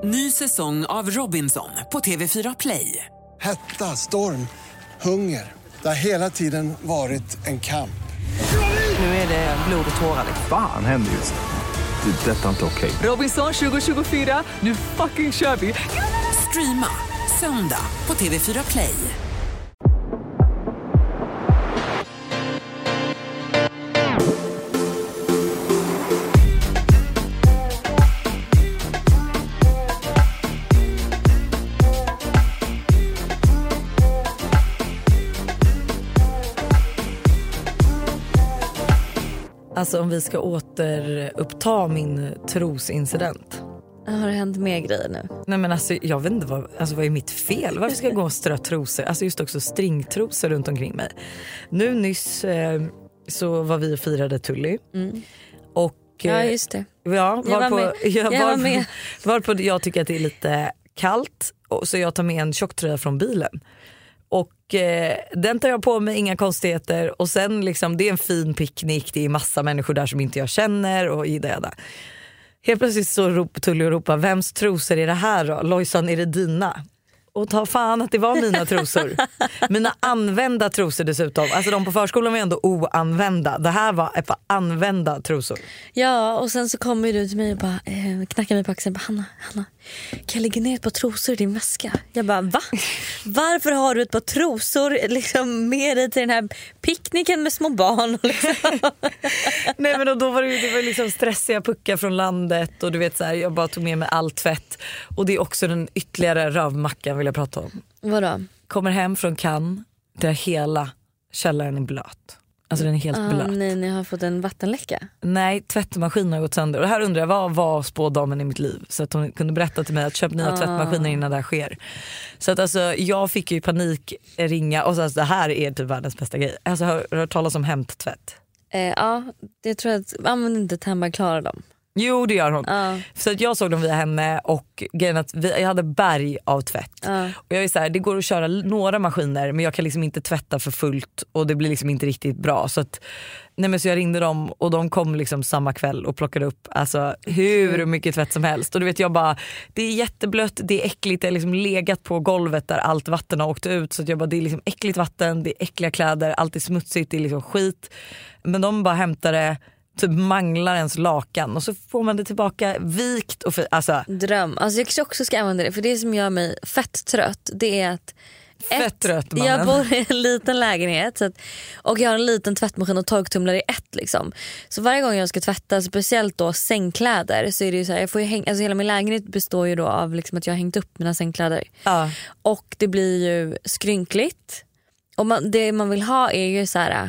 Ny säsong av Robinson på TV4 Play. Hetta, storm, hunger. Det har hela tiden varit en kamp. Nu är det blod och tårar. Fan händer just nu. Det. Detta är inte okej. Robinson 2024, nu fucking kör vi. Streama söndag på TV4 Play. Alltså om vi ska återuppta min trosincident. Har det hänt mer grejer nu? Nej men alltså jag vet inte vad är mitt fel? Varför ska jag gå och strö trosor? Alltså just också stringtrosor runt omkring mig. Nu nyss så var vi och firade Tully. Och ja just det. Ja, varpå jag tycker att det är lite kallt. Så jag tar med en tjocktröja från bilen. Och den tar jag på mig, inga konstigheter. Och sen liksom, det är en fin picknick. Det är massa människor där som inte jag känner. Och helt plötsligt så Tully och ropar: vems trosor är det här då? Lojsan, är det dina? Och ta fan att det var mina trosor. Mina använda trosor dessutom. Alltså de på förskolan var ändå oanvända. Det här var ett par använda trosor. Ja, och sen så kommer du till mig och bara knackar mig på axeln. Hanna, kan jag lägga ner ett par trosor i din väska? Jag bara, va? Varför har du ett par trosor liksom med dig till den här picknicken med små barn? Liksom? Nej men då var det var liksom stressiga puckar från landet. Och du vet så här, jag bara tog med mig all tvätt. Och det är också den ytterligare rövmackan vill jag prata om. Vadå? Kommer hem från Cannes där hela källaren är blöt. Alltså den är helt blöt. Nej, ni har fått en vattenläcka. Nej, tvättmaskinen har gått sönder. Och här undrar jag, vad var spådamen i mitt liv? Så att hon kunde berätta till mig att köp nya tvättmaskiner innan det här sker. Så att alltså, jag fick ju panik ringa. Och så alltså, det här är typ världens bästa grej. Alltså, har du hört talas om hämttvätt? Ja, det tror jag att använder inte Tamma klarar dem. Jo, det gör hon. Så att jag såg dem via henne och grejen att jag hade berg av tvätt. Och jag är så här, det går att köra några maskiner men jag kan liksom inte tvätta för fullt och det blir liksom inte riktigt bra. Så att så jag ringde dem och de kom liksom samma kväll och plockade upp alltså hur mycket tvätt som helst. Och du vet jag bara, det är jätteblött, det är äckligt, det är liksom legat på golvet där allt vatten har åkt ut. Så att jag bara, det är liksom äckligt vatten, det är äckliga kläder, allt är smutsigt, det är liksom skit. Men de bara hämtade typ manglar ens lakan och så får man det tillbaka vikt och alltså dröm. Alltså jag kanske också ska använda det, för det som gör mig fett trött, det är att jag bor i en liten lägenhet så att, och jag har en liten tvättmaskin och torktumlare i ett liksom. Så varje gång jag ska tvätta, speciellt då sängkläder, så är det ju så här, jag får ju alltså hela min lägenhet består ju då av liksom att jag har hängt upp mina sängkläder. Och det blir ju skrynkligt. Och det man vill ha är ju så här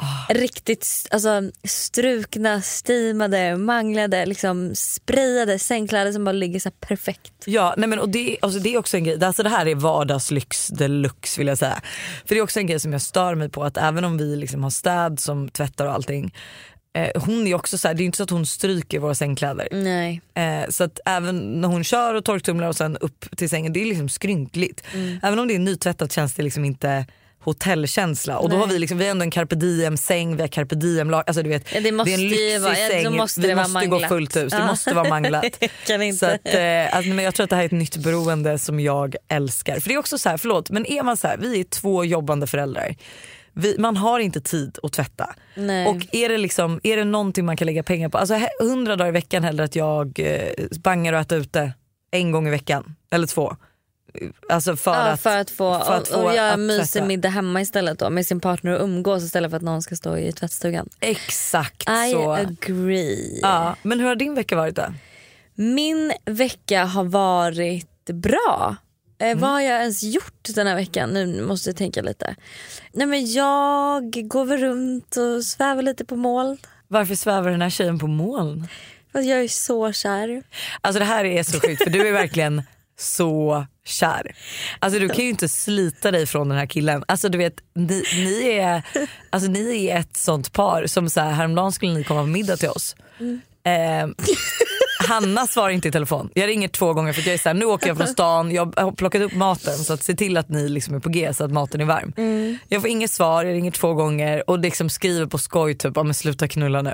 riktigt alltså, strukna, steamade, manglade, liksom sprayade sängkläder som bara ligger så här perfekt. Ja, nej men och det är också en grej. Alltså det här är vardagslyx deluxe vill jag säga. För det är också en grej som jag stör mig på, att även om vi liksom har städ som tvättar och allting, hon är också så här, det är inte så att hon stryker våra sängkläder. Nej. Så att även när hon kör och torktumlar och sen upp till sängen, det är liksom skrynkligt. Även om det är nytvättat känns det liksom inte hotellkänsla. Och då har vi liksom, vi har ändå en carpe diem säng, vi har carpe diem lag, alltså du vet, det är en lyxig säng, vi måste gå fullt hus, det måste vara manglat. Kan inte. Så att, alltså, men jag tror att det här är ett nytt beroende som jag älskar. För det är också så här, förlåt, men är man så här, vi är 2 jobbande föräldrar. Man har inte tid att tvätta. Nej. Och är det någonting man kan lägga pengar på, alltså 100 dagar i veckan hellre att jag bangar och äter ute 1 gång i veckan eller 2. Alltså för att få göra mysig middag hemma istället då, med sin partner och umgås istället för att någon ska stå i tvättstugan. Exakt I så. agree. Ja, men hur har din vecka varit då? Min vecka har varit bra. Vad har jag ens gjort den här veckan? Nu måste jag tänka lite. Nej men jag går väl runt och svävar lite på moln. Varför svävar den här tjejen på moln? För jag är så kär. Alltså det här är så sjukt, för du är verkligen så kär. Alltså du kan ju inte slita dig från den här killen. Alltså du vet, ni är ett sånt par som så här, häromdagen skulle ni komma på middag till oss. Hanna svarar inte i telefon. Jag ringer 2 gånger för att jag är så här, nu åker jag från stan, jag har plockat upp maten, så att se till att ni liksom är på G så att maten är varm. Jag får inget svar, jag ringer 2 gånger och liksom skriver på skoj typ, men sluta knulla nu.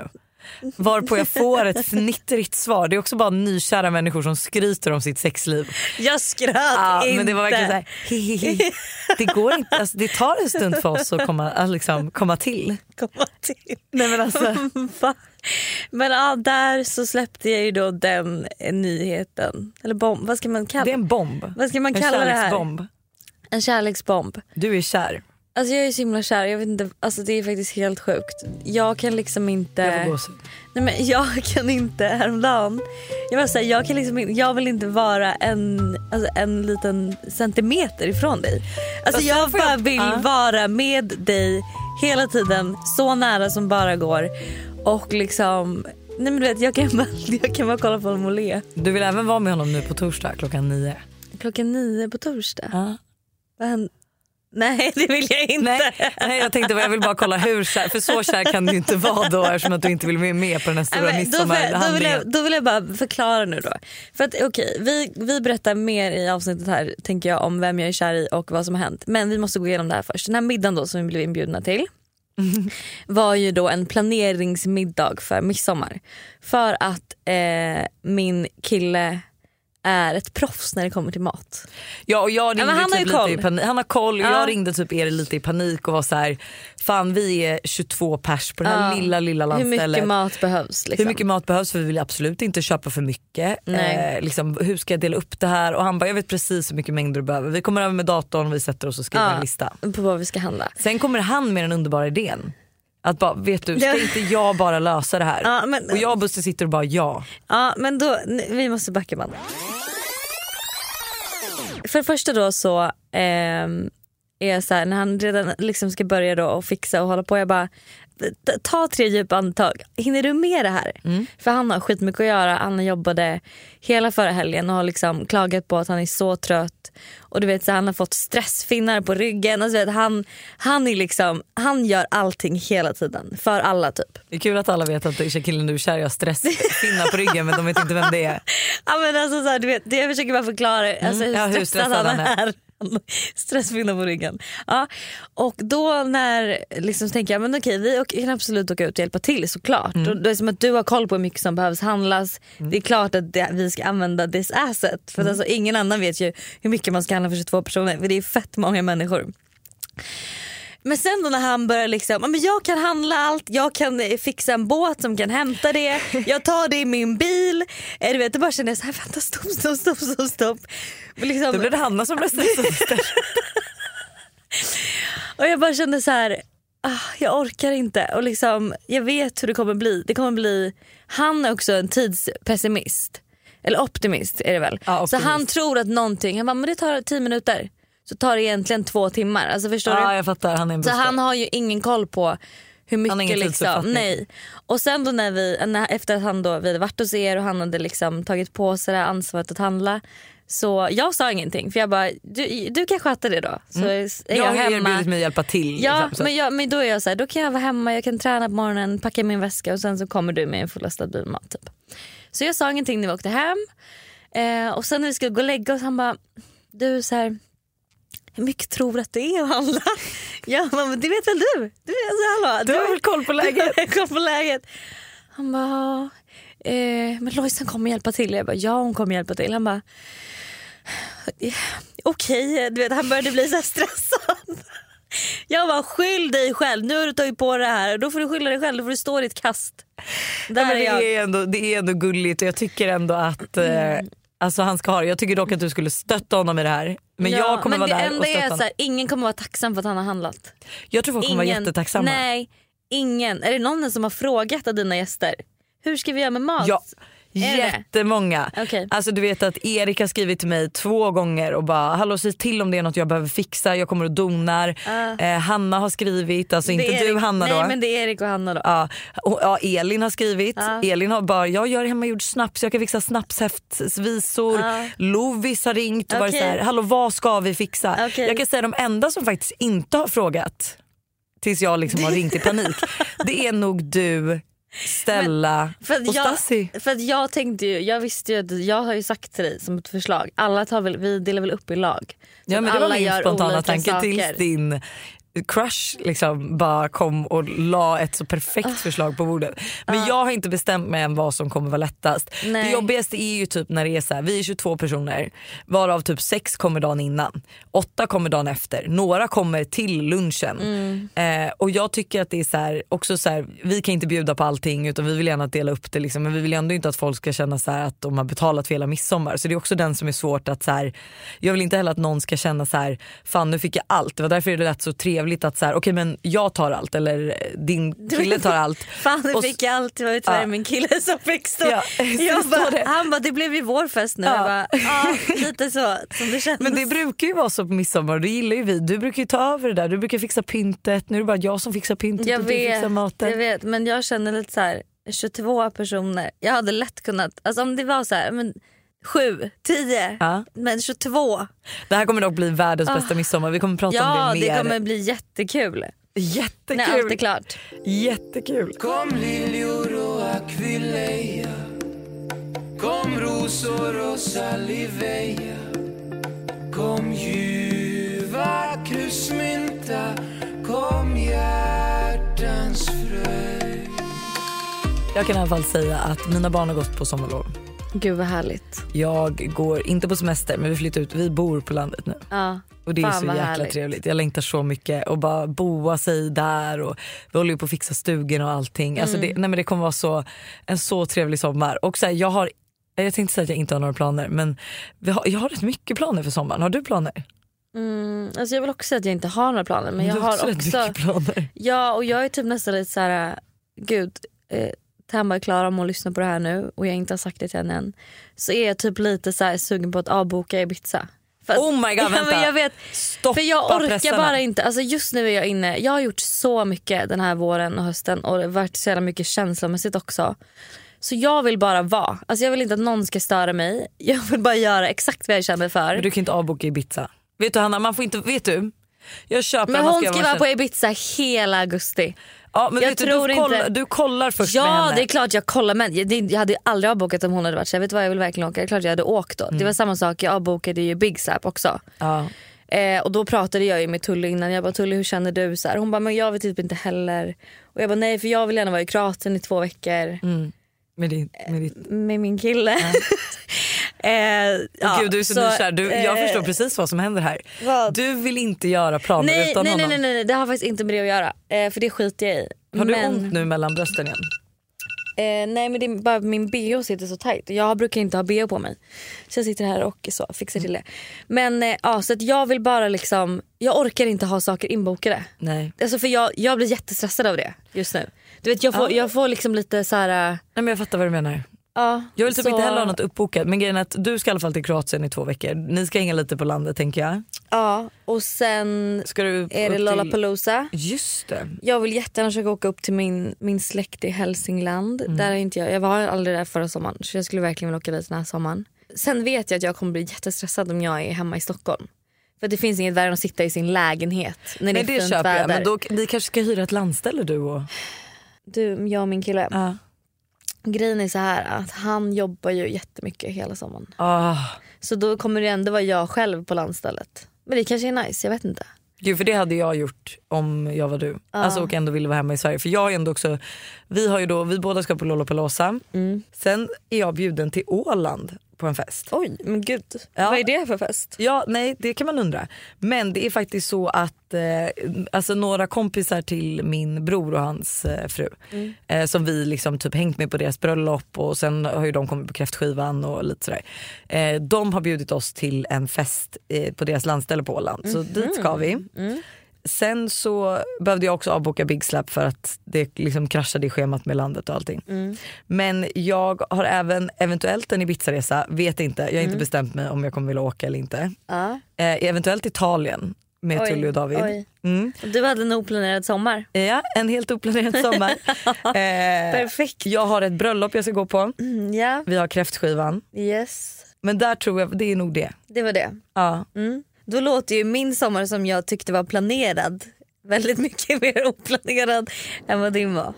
Varpå jag får ett fnittrigt svar. Det är också bara nykära människor som skryter om sitt sexliv. Jag skröt inte. Men det var verkligen så här, det går inte, alltså, det tar en stund för oss att komma till. Nej men alltså. Men där så släppte jag ju då den nyheten. Eller bomb, vad ska man kalla det? Det är en bomb. Vad ska man kalla det här? En kärleksbomb. Du är kär. Alltså jag är så himla kär, jag vet inte, alltså det är faktiskt helt sjukt. Jag kan liksom inte. Nej men jag kan inte häromdagen. Jag var så här, jag kan liksom inte, jag vill inte vara en liten centimeter ifrån dig. Alltså jag bara vill vara med dig hela tiden, så nära som bara går. Och liksom, nej men du vet, jag kan bara kolla på honom och le. Du vill även vara med honom nu på torsdag klockan 9. Klockan 9 på torsdag? Ja. Nej, det vill jag inte. Nej, jag tänkte jag vill bara kolla hur kär, för så kär kan du inte vara då eftersom att du inte vill vara med på den här stora midsommar. Då vill jag bara förklara nu då. För att okej, vi berättar mer i avsnittet här, tänker jag, om vem jag är kär i och vad som har hänt. Men vi måste gå igenom det här först. Den här middagen då som vi blev inbjudna till var ju då en planeringsmiddag för midsommar. För att min kille är ett proffs när det kommer till mat. Ja, och jag ringde han typ lite i panik. Han har koll och jag ringde typ er lite i panik och var så här: fan, vi är 22 pers på det här lilla landstället. Hur mycket mat behövs liksom? Hur mycket mat behövs, för vi vill absolut inte köpa för mycket. Liksom, hur ska jag dela upp det här? Och han bara, jag vet precis hur mycket mängder du behöver. Vi kommer över med datorn och vi sätter oss och skriver en lista på vad vi ska handla. Sen kommer han med den underbara idén att bara, vet du, ska inte jag bara lösa det här? Och jag och Buster sitter och bara ja, men då, vi måste backa man. För det första då så är jag så här, när han redan liksom ska börja då och fixa och hålla på, jag bara, ta 3 djupa andetag. Hinner du med det här? För han har skitmycket att göra. Han jobbade hela förra helgen och har liksom klagat på att han är så trött. Och du vet så han har fått stressfinnar på ryggen. Och så vet, han är liksom, han gör allting hela tiden för alla typ. Det är kul att alla vet att det är killen du kär, jag har stressfinnar på ryggen, men de vet inte vem det är. Ja men alltså så här, du vet, jag försöker bara förklara alltså, hur stressad han är. Stressfinnar på ryggen. Ja. Och då när liksom tänker jag, men okej, vi kan absolut åka ut och hjälpa till såklart. Det är som att du har koll på hur mycket som behövs handlas. Det är klart att vi ska använda this asset. För alltså, ingen annan vet ju hur mycket man ska handla för 22 personer. För det är fett många människor. Men sen då när han börjar liksom, men jag kan handla allt, jag kan fixa en båt som kan hämta det, jag tar det i min bil. Du vet, då bara känner jag så här, vänta, stopp. Liksom, då blev det Hanna som blev stressad. Och jag bara kände så här, jag orkar inte. Och liksom, jag vet hur det kommer bli. Det kommer bli, han är också en tidspessimist. Eller optimist är det väl. Ja, så han tror att någonting, han bara, men det tar 10 minuter. Så tar det egentligen 2 timmar. Alltså förstår du? Ja, jag fattar. Han är en så han har ju ingen koll på hur mycket liksom. Nej. Och sen då efter att han då, vi hade varit hos er och han hade liksom tagit på sig det här ansvaret att handla. Så jag sa ingenting. För jag bara, du kan sköta det då. Så är jag har hemma. erbjudit mig att hjälpa till. Ja, liksom, men då är jag så här, då kan jag vara hemma, jag kan träna på morgonen, packa min väska och sen så kommer du med en fullastad bil mat typ. Så jag sa ingenting när vi åkte hem. Och sen när vi skulle gå och lägga oss, han bara, du så här, hur mycket tror du att det är att handla? Ja, men det vet väl du? Du har väl koll på läget? Koll på läget. Han bara, men Lojsan kommer hjälpa till. Jag bara, ja, hon kommer hjälpa till. Han bara, okej. Du vet, han började bli så här stressad. Jag bara, skyll dig själv. Nu har du tagit på det här. Då får du skylla dig själv. Då får du stå i ett kast. Ja, men det är ändå gulligt. Och jag tycker ändå att alltså han ska ha det. Jag tycker dock att du skulle stötta honom i det här. Men jag kommer vara där och stötta honom. Ingen kommer vara tacksam för att han har handlat. Jag tror folk kommer vara jättetacksamma. Nej, ingen. Är det någon som har frågat av dina gäster? Hur ska vi göra med mat? Ja, jättemånga. Okay. Alltså du vet att Erik har skrivit till mig 2 gånger och bara, hallå, säg till om det är något jag behöver fixa, jag kommer och donar. Hanna har skrivit, alltså inte Erik, du Hanna då. Nej, men det är Erik och Hanna då. Ja, Elin har skrivit. Elin har bara, jag gör hemmagjord snaps, jag kan fixa snapshäftsvisor. Lovis har ringt och varit så här, hallå, vad ska vi fixa? Jag kan säga de enda som faktiskt inte har frågat tills jag liksom har ringt i panik. Det är nog du, Stella och Stassi. För att jag tänkte ju, jag visste ju att jag har ju sagt till dig som ett förslag, alla vi delar väl upp i lag. Ja, men det var min spontana tanke tills din crush liksom bara kom och la ett så perfekt förslag på bordet. Men jag har inte bestämt mig än vad som kommer vara lättast. Det jobbigaste är ju typ när det är så här, vi är 22 personer, varav typ 6 kommer dagen innan, 8 kommer dagen efter, några kommer till lunchen. Och jag tycker att det är så här, också så här, vi kan inte bjuda på allting utan vi vill gärna dela upp det liksom, men vi vill ändå inte att folk ska känna så här att de har betalat för hela midsommar. Så det är också den som är svårt att så här, jag vill inte heller att någon ska känna så här, fan nu fick jag allt. Det var därför det lät så trevligt att så här, okej, men jag tar allt eller din kille tar allt. Fan nu fick jag allt, det var ju tyvärr min kille som fick stå. Han bara, det blev ju vår fest nu. Jag bara, lite så som det känns. Men det brukar ju vara så på midsommar, det gillar ju vi. Du brukar ju ta över det där, du brukar fixa pyntet. Nu är det bara jag som fixar pyntet och du fixar maten. Jag vet, men jag känner lite så här, 22 personer. Jag hade lätt kunnat, alltså om det var så här, men 7, 10, men 22. Det här kommer dock bli världens bästa midsommar. Vi kommer prata om det mer. Ja, det kommer bli jättekul. Jättekul. När allt är klart. Jättekul. Kom liljor och akvileja, kom rosor och saliveja, kom ljuva krusmynta, kom hjärtans fröjd. Jag kan i alla fall säga att mina barn har gått på sommarlov. Gud vad härligt. Jag går inte på semester, men vi flyttar ut. Vi bor på landet nu. Ja. Och det är så jäkla trevligt. Jag längtar så mycket och bara boa sig där, och vi håller ju på att fixa stugan och allting. Alltså det kommer vara en så trevlig sommar. Och så här, jag tänkte säga att jag inte har några planer, men jag har rätt mycket planer för sommaren. Har du planer? Alltså jag vill också säga att jag inte har några planer, men jag har också mycket planer. Ja, och jag är typ nästan lite så här, gud, Tamba är klar om att lyssna på det här nu och jag inte har sagt det till henne än, så är jag typ lite så här sugen på att avboka Ibiza. Oh my god, vänta. Men jag vet, stoppa för jag orkar pressarna. bara inte. Alltså just nu är jag inne. Jag har gjort så mycket den här våren och hösten, och det har varit så jävla mycket känslomässigt också. Så jag vill bara vara. Alltså jag vill inte att någon ska störa mig. Jag vill bara göra exakt vad jag känner för. Men du kan inte avboka Ibiza. Vet du Hanna, man får inte, vet du? Jag köper. Men hon ska vara på Ibiza hela augusti. Ja, men jag tror du kollar först med henne. Ja, det är klart jag kollar, men jag hade ju aldrig avbokat om hon hade varit så. Jag vet vad, jag vill verkligen åka. Det är klart jag hade åkt då. Det var samma sak, jag avbokade ju Big Slap också. Ja. Och då pratade jag ju med Tully innan. Jag bara, Tully, hur känner du? Så här, hon bara, men jag vet typ inte heller. Och jag bara, nej, för jag vill gärna vara i Kroatien i 2 veckor. Med min kille. Ja. Gud, du är så nykär. Jag förstår precis vad som händer här. Vad? Du vill inte göra planer utan honom. Nej, det har faktiskt inte med det att göra. För det skiter jag i. Har du ont nu mellan brösten igen? Nej, men det är bara min BH sitter så tajt. Jag brukar inte ha BH på mig. Så jag sitter här och så fixar till det. Men så att jag vill bara liksom, jag orkar inte ha saker inbokade. Nej. Alltså för jag blir jättestressad av det just nu. Du vet, jag får liksom lite så här. Nej, men jag fattar vad du menar. Ja, jag vill typ inte heller ha något uppbokat. Men grejen är att du ska i alla fall till Kroatien i 2 veckor. Ni ska hänga lite på landet, tänker jag. Ja, och sen är det Lollapalooza. Just det. Jag vill jättegärna försöka åka upp till min släkt i Hälsingland. Där är inte jag var aldrig där förra sommaren, så jag skulle verkligen vilja åka dit den här sommaren. Sen vet jag att jag kommer bli jättestressad om jag är hemma i Stockholm. För det finns inget värre än att sitta i sin lägenhet när det är fint köper jag. väder. Men då, ni kanske ska hyra ett landställe du och... Du, jag och min kille. Ja. Grejen är så här att han jobbar ju jättemycket hela sommaren. Oh. Så då kommer det ändå vara jag själv på landstället. Men det kanske är nice, jag vet inte. Gud, för det hade jag gjort om jag var du. Alltså, och ändå ville vara hemma i Sverige. För jag är ändå också, vi båda ska på Lollapalooza. Sen är jag bjuden till Åland på en fest. Oj, men gud. Ja. Vad är det för fest? Ja, nej, det kan man undra. Men det är faktiskt så att alltså några kompisar till min bror och hans fru som vi liksom typ hängt med på deras bröllop, och sen har ju de kommit på kräftskivan och lite sådär. De har bjudit oss till en fest på deras landställe på Åland. Så dit ska vi. Sen så behövde jag också avboka Big Slap för att det liksom kraschade i schemat med landet och allting. Men jag har även eventuellt en Ibiza-resa, vet inte, jag har inte bestämt mig om jag kommer vilja åka eller inte. Eventuellt Italien med Tully och David. Du hade en oplanerad sommar. Ja, en helt oplanerad sommar. Perfekt. Jag har ett bröllop jag ska gå på. Ja. Vi har kräftskivan. Yes. Men där tror jag, det är nog det. Det var det. Ja. Då låter ju min sommar som jag tyckte var planerad väldigt mycket mer oplanerad än vad din var.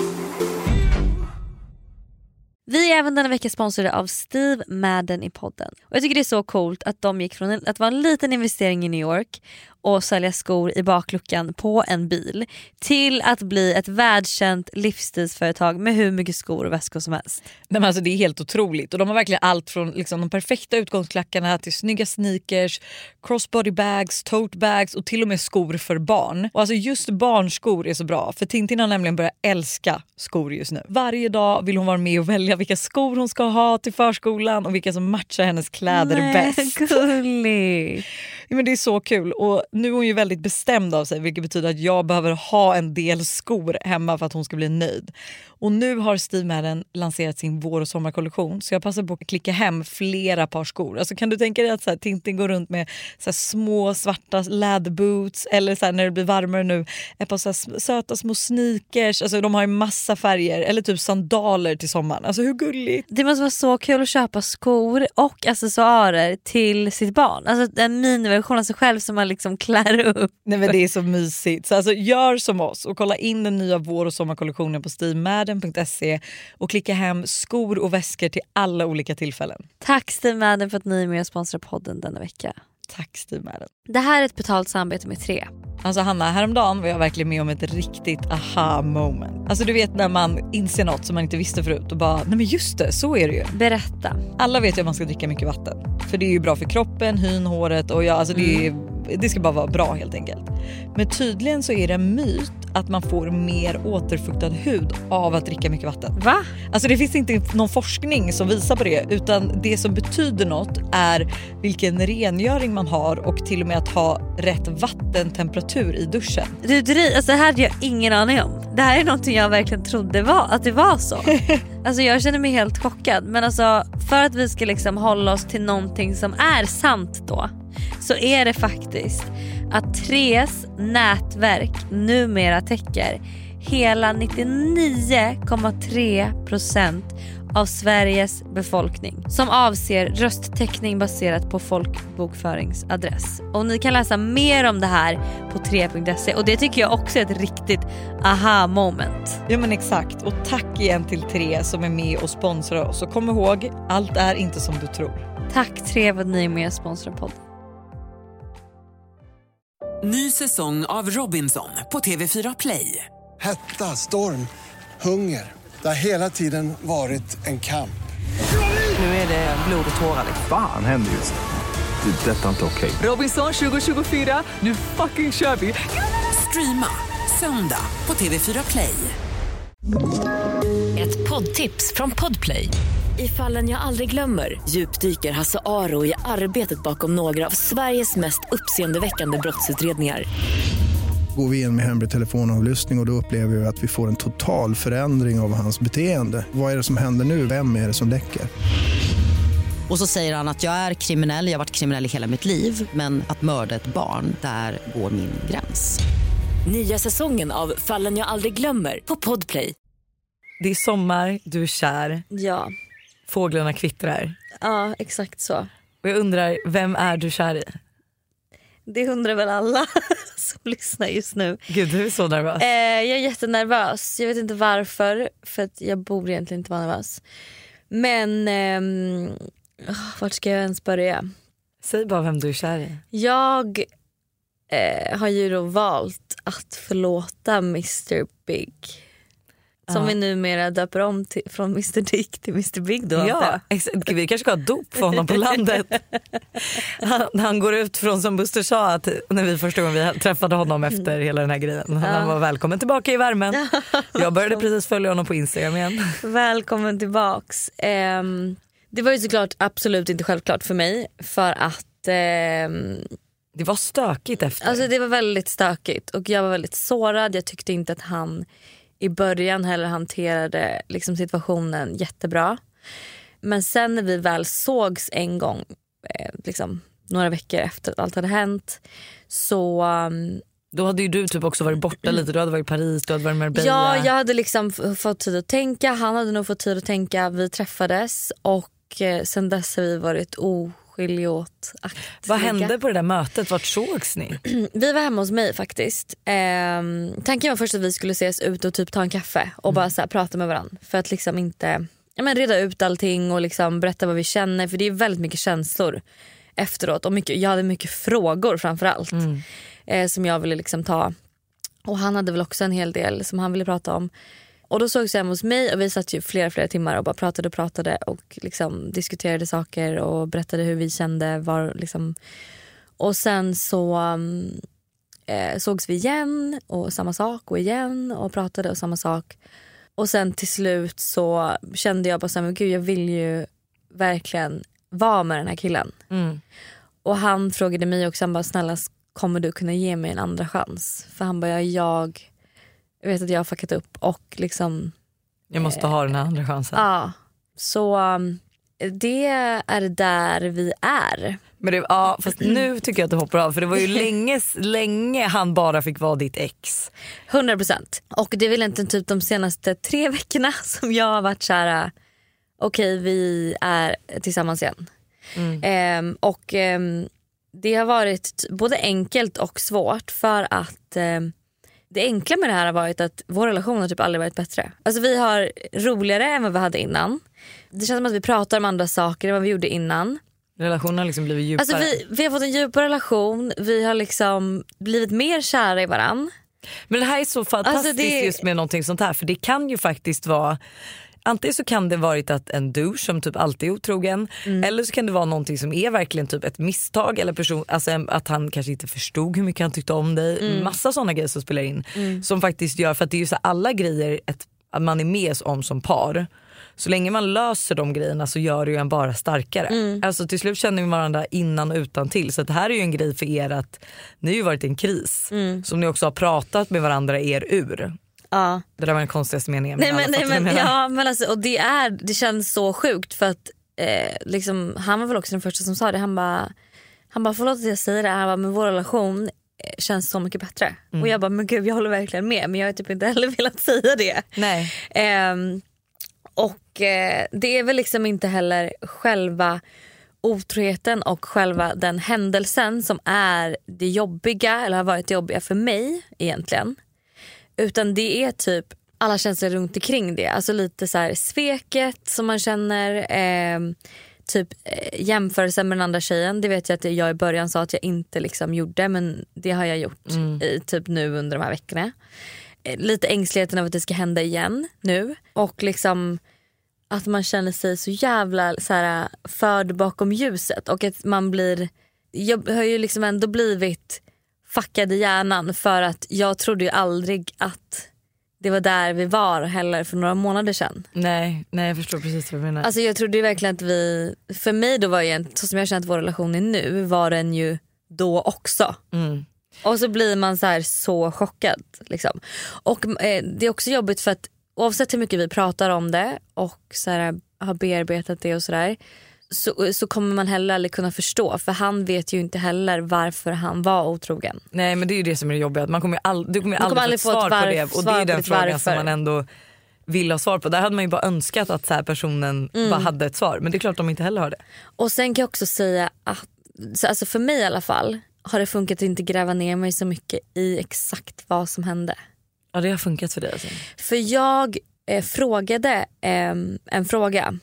Vi är även denna vecka sponsrade av Steve Madden i podden. Och jag tycker det är så coolt att de gick från att vara en liten investering i New York att sälja skor i bakluckan på en bil till att bli ett världskänt livsstilsföretag med hur mycket skor och väskor som helst. Men alltså det är helt otroligt och de har verkligen allt från liksom de perfekta utgångsklackarna till snygga sneakers, crossbody bags, tote bags och till och med skor för barn. Och alltså just barnskor är så bra för Tintin har nämligen börjat älska skor just nu. Varje dag vill hon vara med och välja vilka skor hon ska ha till förskolan och vilka som matchar hennes kläder bäst. Gulligt. Ja, men det är så kul och nu är hon ju väldigt bestämd av sig vilket betyder att jag behöver ha en del skor hemma för att hon ska bli nöjd. Och nu har Steve Madden lanserat sin vår- och sommarkollektion så jag passar på att klicka hem flera par skor. Alltså kan du tänka dig att så här, Tintin går runt med så här, små svarta läderboots eller så här, när det blir varmare nu ett par så här, söta små sneakers. Alltså de har ju massa färger eller typ sandaler till sommaren. Alltså hur gulligt? Det måste vara så kul att köpa skor och accessoarer till sitt barn. Alltså en miniversion av sig själv som man liksom klär upp. Nej men det är så mysigt. Så alltså gör som oss och kolla in den nya vår- och sommarkollektionen på stevemadden.se och klicka hem skor och väskor till alla olika tillfällen. Tack Steve Madden för att ni är med och sponsrar podden denna vecka. Tack Steve Madden. Det här är ett betalt samarbete med 3. Alltså Hanna, häromdagen var jag verkligen med om ett riktigt aha moment. Alltså du vet när man inser något som man inte visste förut och bara, nej men just det, så är det ju. Berätta. Alla vet ju att man ska dricka mycket vatten. För det är ju bra för kroppen, hyn, håret och alltså det ska bara vara bra helt enkelt. Men tydligen så är det en myt att man får mer återfuktad hud av att dricka mycket vatten. Va? Alltså det finns inte någon forskning som visar på det utan det som betyder något är vilken rengöring man har och till och med att ha rätt vattentemperatur i duschen. Alltså det här hade jag ingen aning om. Det här är någonting jag verkligen trodde att det var så. Alltså jag känner mig helt chockad. Men alltså för att vi ska liksom hålla oss till någonting som är sant då, så är det faktiskt att 3s nätverk numera täcker hela 99,3% av Sveriges befolkning som avser rösttäckning baserat på folkbokföringsadress. Och ni kan läsa mer om det här på 3.se och det tycker jag också är ett riktigt aha moment. Ja men exakt, och tack igen till 3 som är med och sponsrar oss. Och kom ihåg, allt är inte som du tror. Tack 3 för att ni är med och sponsrar podden. Ny säsong av Robinson på TV4 Play. Hetta, storm, hunger. Det har hela tiden varit en kamp. Nu är det blod och tårar. Fan händer just det. Det är detta inte okej. Robinson 2024, nu fucking kör vi. Streama söndag på TV4 Play. Ett poddtips från Podplay. I Fallen jag aldrig glömmer djupdyker Hasse Aro i arbetet bakom några av Sveriges mest uppseendeväckande brottsutredningar. Går vi in med hemlig telefonavlyssning och då upplever vi att vi får en total förändring av hans beteende. Vad är det som händer nu? Vem är det som läcker? Och så säger han att jag är kriminell, jag har varit kriminell i hela mitt liv. Men att mörda ett barn, där går min gräns. Nya säsongen av Fallen jag aldrig glömmer på Podplay. Det är sommar, du är kär, Ja. fåglarna kvittrar. Ja, exakt så. Och jag undrar, vem är du kär i? Det undrar väl alla som lyssnar just nu. Gud, du är så nervös. Jag är jättenervös. Jag vet inte varför, för att jag borde egentligen inte vara nervös. Men vart ska jag ens börja? Säg bara vem du är kär i. Jag har ju då valt att förlåta Mr. Big. Som vi numera döper om från Mr. Dick till Mr. Big då. Ja, exakt. Vi kanske ska ha dop för honom på landet. Han går ut från, som Buster sa, att när vi första gången vi träffade honom efter hela den här grejen. Han var välkommen tillbaka i värmen. Jag började precis följa honom på Instagram igen. Välkommen tillbaks. Det var ju såklart absolut inte självklart för mig. För att det var stökigt efter. Alltså det var väldigt stökigt och jag var väldigt sårad. Jag tyckte inte att han i början heller hanterade liksom situationen jättebra. Men sen när vi väl sågs en gång, liksom några veckor efter att allt hade hänt, så då hade ju du typ också varit borta lite. Du hade varit i Paris, du hade varit i Marbella. Ja, jag hade liksom fått tid att tänka. Han hade nog fått tid att tänka. Vi träffades och sen dess har vi varit oskiljaktiga. Vad hände på det där mötet? Vart sågs ni? Vi var hemma hos mig faktiskt. Tanken var först att vi skulle ses ut och typ ta en kaffe och bara så här, prata med varandra. För att liksom inte reda ut allting och liksom berätta vad vi känner. För det är väldigt mycket känslor efteråt. Och jag hade mycket frågor framförallt. som jag ville liksom ta. Och han hade väl också en hel del som han ville prata om. Och då sågs jag hemma hos mig och vi satt ju flera timmar och bara pratade och liksom diskuterade saker och berättade hur vi kände. Liksom. Och sen så sågs vi igen och samma sak och igen och pratade och samma sak. Och sen till slut så kände jag bara så här, men gud, jag vill ju verkligen vara med den här killen. Och han frågade mig också, han bara, snälla, kommer du kunna ge mig en andra chans? För han bara, jag vet att jag har fuckat upp och liksom... Jag måste ha den här andra chansen. Ja, så det är där vi är. Men det, ja, fast nu tycker jag att du hoppar av. För det var ju länge han bara fick vara ditt ex. 100%. Och det är väl inte typ de senaste 3 veckorna som jag har varit så här: okej, vi är tillsammans igen. Det har varit både enkelt och svårt för att det enkla med det här har varit att vår relation har typ aldrig varit bättre. Alltså vi har roligare än vad vi hade innan. Det känns som att vi pratar om andra saker än vad vi gjorde innan. Relationen har liksom blivit djupare. Alltså vi har fått en djupare relation. Vi har liksom blivit mer kära i varann. Men det här är så fantastiskt just med någonting sånt här. För det kan ju faktiskt vara... Antingen så kan det varit att en douche som typ alltid är otrogen. Eller så kan det vara någonting som är verkligen typ ett misstag. Eller alltså att han kanske inte förstod hur mycket han tyckte om dig. Massa sådana grejer som spelar in. Som faktiskt gör, för att det är ju så alla grejer att man är med om som par. Så länge man löser de grejerna så gör det ju en bara starkare. Alltså till slut känner vi varandra innan och utan till. Så det här är ju en grej för er att ni har ju varit i en kris. Som ni också har pratat med varandra er ur. Ja. Det där var den konstigaste meningen. Men alltså, och det känns så sjukt för att liksom, han var väl också den första som sa det. Han bara förlåt att jag säger det. Han bara, men vår relation känns så mycket bättre. Och jag bara, men gud, jag håller verkligen med. Men jag har typ inte heller velat säga det. Nej. Det är väl liksom inte heller själva otroheten och själva den händelsen som är det jobbiga, eller har varit det jobbiga för mig egentligen. Utan det är typ alla känslor runt omkring det. Alltså lite så här sveket som man känner, typ jämförelsen med den andra tjejen. Det vet jag att jag i början sa att jag inte liksom gjorde, men det har jag gjort i typ nu under de här veckorna. Lite ängsligheten av att det ska hända igen nu. Och liksom att man känner sig så jävla så här förd bakom ljuset. Och att man blir... Jag har ju liksom ändå blivit fuckad i hjärnan. För att jag trodde ju aldrig att det var där vi var heller för några månader sedan. Nej, jag förstår precis vad du menar. Alltså jag trodde ju verkligen att vi... För mig då var ju så som jag känner att vår relation är nu, var den ju då också. Och så blir man så här så chockad liksom. Och det är också jobbigt för att oavsett hur mycket vi pratar om det och så här, har bearbetat det och sådär, så kommer man heller aldrig kunna förstå. För han vet ju inte heller varför han var otrogen. Nej, men det är ju det som är det jobbiga. Du kommer aldrig få ett svar på det. Och det är den frågan som man ändå vill ha svar på. Där hade man ju bara önskat att så här personen bara hade ett svar. Men det är klart de inte heller har det. Och sen kan jag också säga att alltså för mig i alla fall har det funkat att inte gräva ner mig så mycket i exakt vad som hände. Ja, det har funkat för dig alltså. För jag frågade en fråga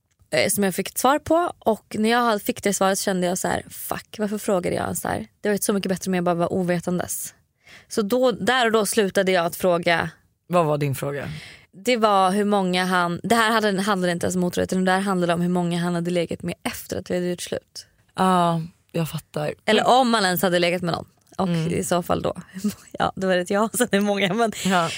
som jag fick ett svar på. Och när jag fick det svaret kände jag så här: fuck, varför frågade jag så här? Det var så mycket bättre om jag bara var ovetandes. Så där och då slutade jag att fråga. Vad var din fråga? Det var hur många det här handlade inte ens om otroheten. Det här handlade om hur många han hade legat med efter att vi hade gjort slut. Ja, jag fattar. Eller om man ens hade legat med någon. Och i så fall då. Ja, det var det jag så det är många.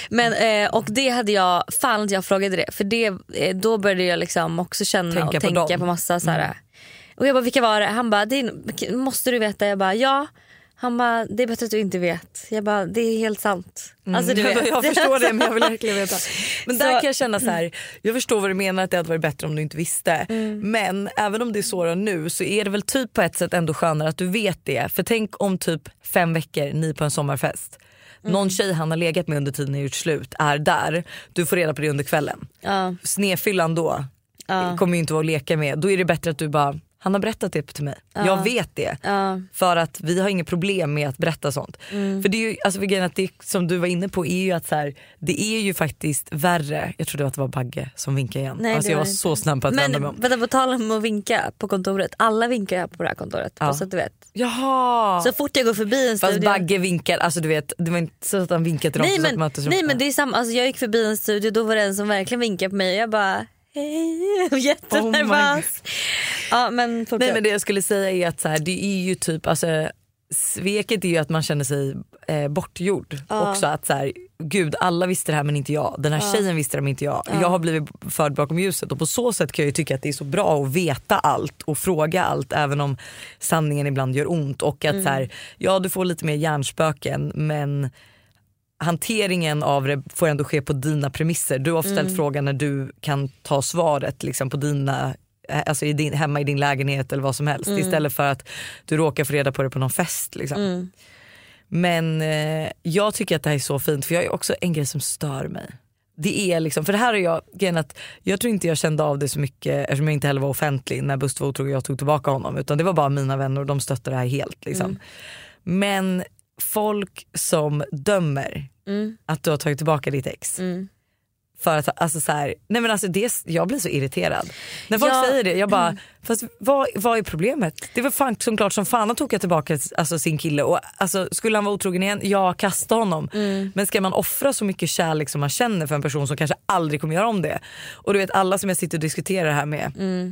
Men och det hade jag, fan att jag frågade det. För då började jag liksom också känna och tänka på massa så här. Och jag bara, vilka var det? Han bara, måste du veta? Jag bara, ja. Han bara, det är bättre att du inte vet. Jag bara, det är helt sant. Alltså, du vet. Jag förstår det, men jag vill verkligen veta. Men där kan jag känna så här, jag förstår vad du menar, att det hade varit bättre om du inte visste. Men även om det är så nu, så är det väl typ på ett sätt ändå skönare att du vet det. För tänk om typ 5 veckor, ni på en sommarfest. Någon tjej han har legat med under tiden ni gjort slut är där. Du får reda på det under kvällen. Snefyllan då kommer ju inte vara att leka med. Då är det bättre att du bara Han har berättat det till mig. Jag vet det. För att vi har inget problem med att berätta sånt. För det är ju, alltså att det som du var inne på är ju att så här, det är ju faktiskt värre. Jag trodde att det var Bagge som vinkade igen. Nej, alltså jag var så snabb på att vända mig om. Men på tal om att vinka på kontoret. Alla vinkar jag på det här kontoret. Så att du vet. Jaha. Så fort jag går förbi en studio. Fast Bagge vinkar, alltså du vet, det var inte så att han vinkade till dem. Nej men det är samma, alltså jag gick förbi en studio. Då var det en som verkligen vinkade på mig. Jag bara hej, jättenervös. Men det jag skulle säga är att så här, det är ju typ, alltså sveket är ju att man känner sig bortgjord också, att så här, gud, alla visste det här men inte jag. Den här tjejen visste det men inte jag. Jag har blivit förd bakom ljuset, och på så sätt kan jag ju tycka att det är så bra att veta allt och fråga allt, även om sanningen ibland gör ont, och att så här, ja, du får lite mer hjärnspöken, men hanteringen av det får ändå ske på dina premisser. Du har ställt frågan när du kan ta svaret liksom på dina, alltså hemma i din lägenhet eller vad som helst, istället för att du råkar få reda på det på någon fest liksom. Men jag tycker att det här är så fint, för jag är också en grej som stör mig. Det är liksom, för det här är jag tror inte jag kände av det så mycket, eftersom jag inte heller var offentlig när Buster var otrogen och jag tog tillbaka honom, utan det var bara mina vänner och de stöttade det här helt liksom. Men folk som dömer att du har tagit tillbaka ditt ex för att, alltså så här, nej men alltså jag blir så irriterad när folk säger det. Jag bara, fast vad är problemet? Det var fan som klart som fan att tog tillbaka alltså sin kille, och alltså skulle han vara otrogen igen, jag kastar honom. Men ska man offra så mycket kärlek som man känner för en person som kanske aldrig kommer göra om det? Och du vet, alla som jag sitter och diskuterar det här med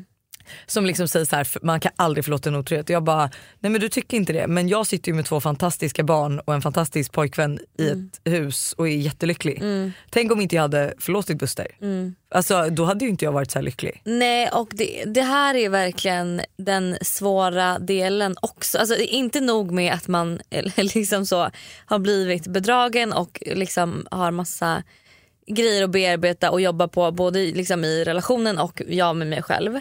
som liksom säger så här, man kan aldrig förlåta en otrohet. Jag bara, nej men du tycker inte det. Men jag sitter ju med 2 fantastiska barn och en fantastisk pojkvän i ett hus och är jättelycklig. Tänk om inte jag hade förlåtit Buster. Alltså då hade ju inte jag varit så här lycklig. Nej, och det här är verkligen den svåra delen också. Alltså inte nog med att man liksom så har blivit bedragen och liksom har massa grejer att bearbeta och jobba på, både liksom i relationen och jag med mig själv,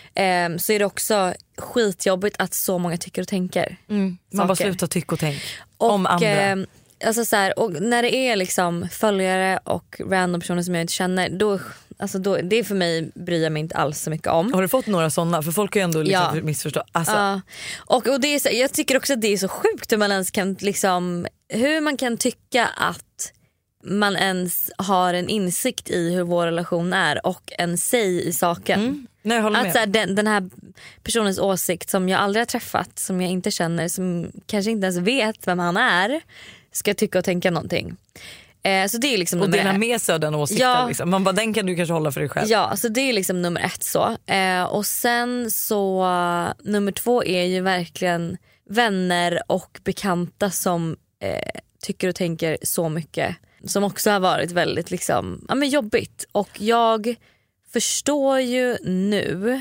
så är det också skitjobbigt att så många tycker och tänker man bara slutar tycka och tänk om andra. Alltså så här, och när det är liksom följare och random personer som jag inte känner, då det är för mig, bryr jag mig inte alls så mycket om. Har du fått några sådana? För folk har ju ändå liksom missförstå. Alltså. Och det är så, jag tycker också att det är så sjukt hur man ens kan liksom, hur man kan tycka att man ens har en insikt i hur vår relation är och en säg i saken. Nej, jag håller med. Att så här, den här personens åsikt som jag aldrig har träffat, som jag inte känner, som kanske inte ens vet vem han är, ska tycka och tänka någonting. Så det är liksom och dela med sig av den åsikten liksom. Man bara, den kan du kanske hålla för dig själv. Ja, så det är liksom nummer 1 så. Och sen så nummer 2 är ju verkligen vänner och bekanta som tycker och tänker så mycket, som också har varit väldigt liksom, jobbigt. Och jag förstår ju nu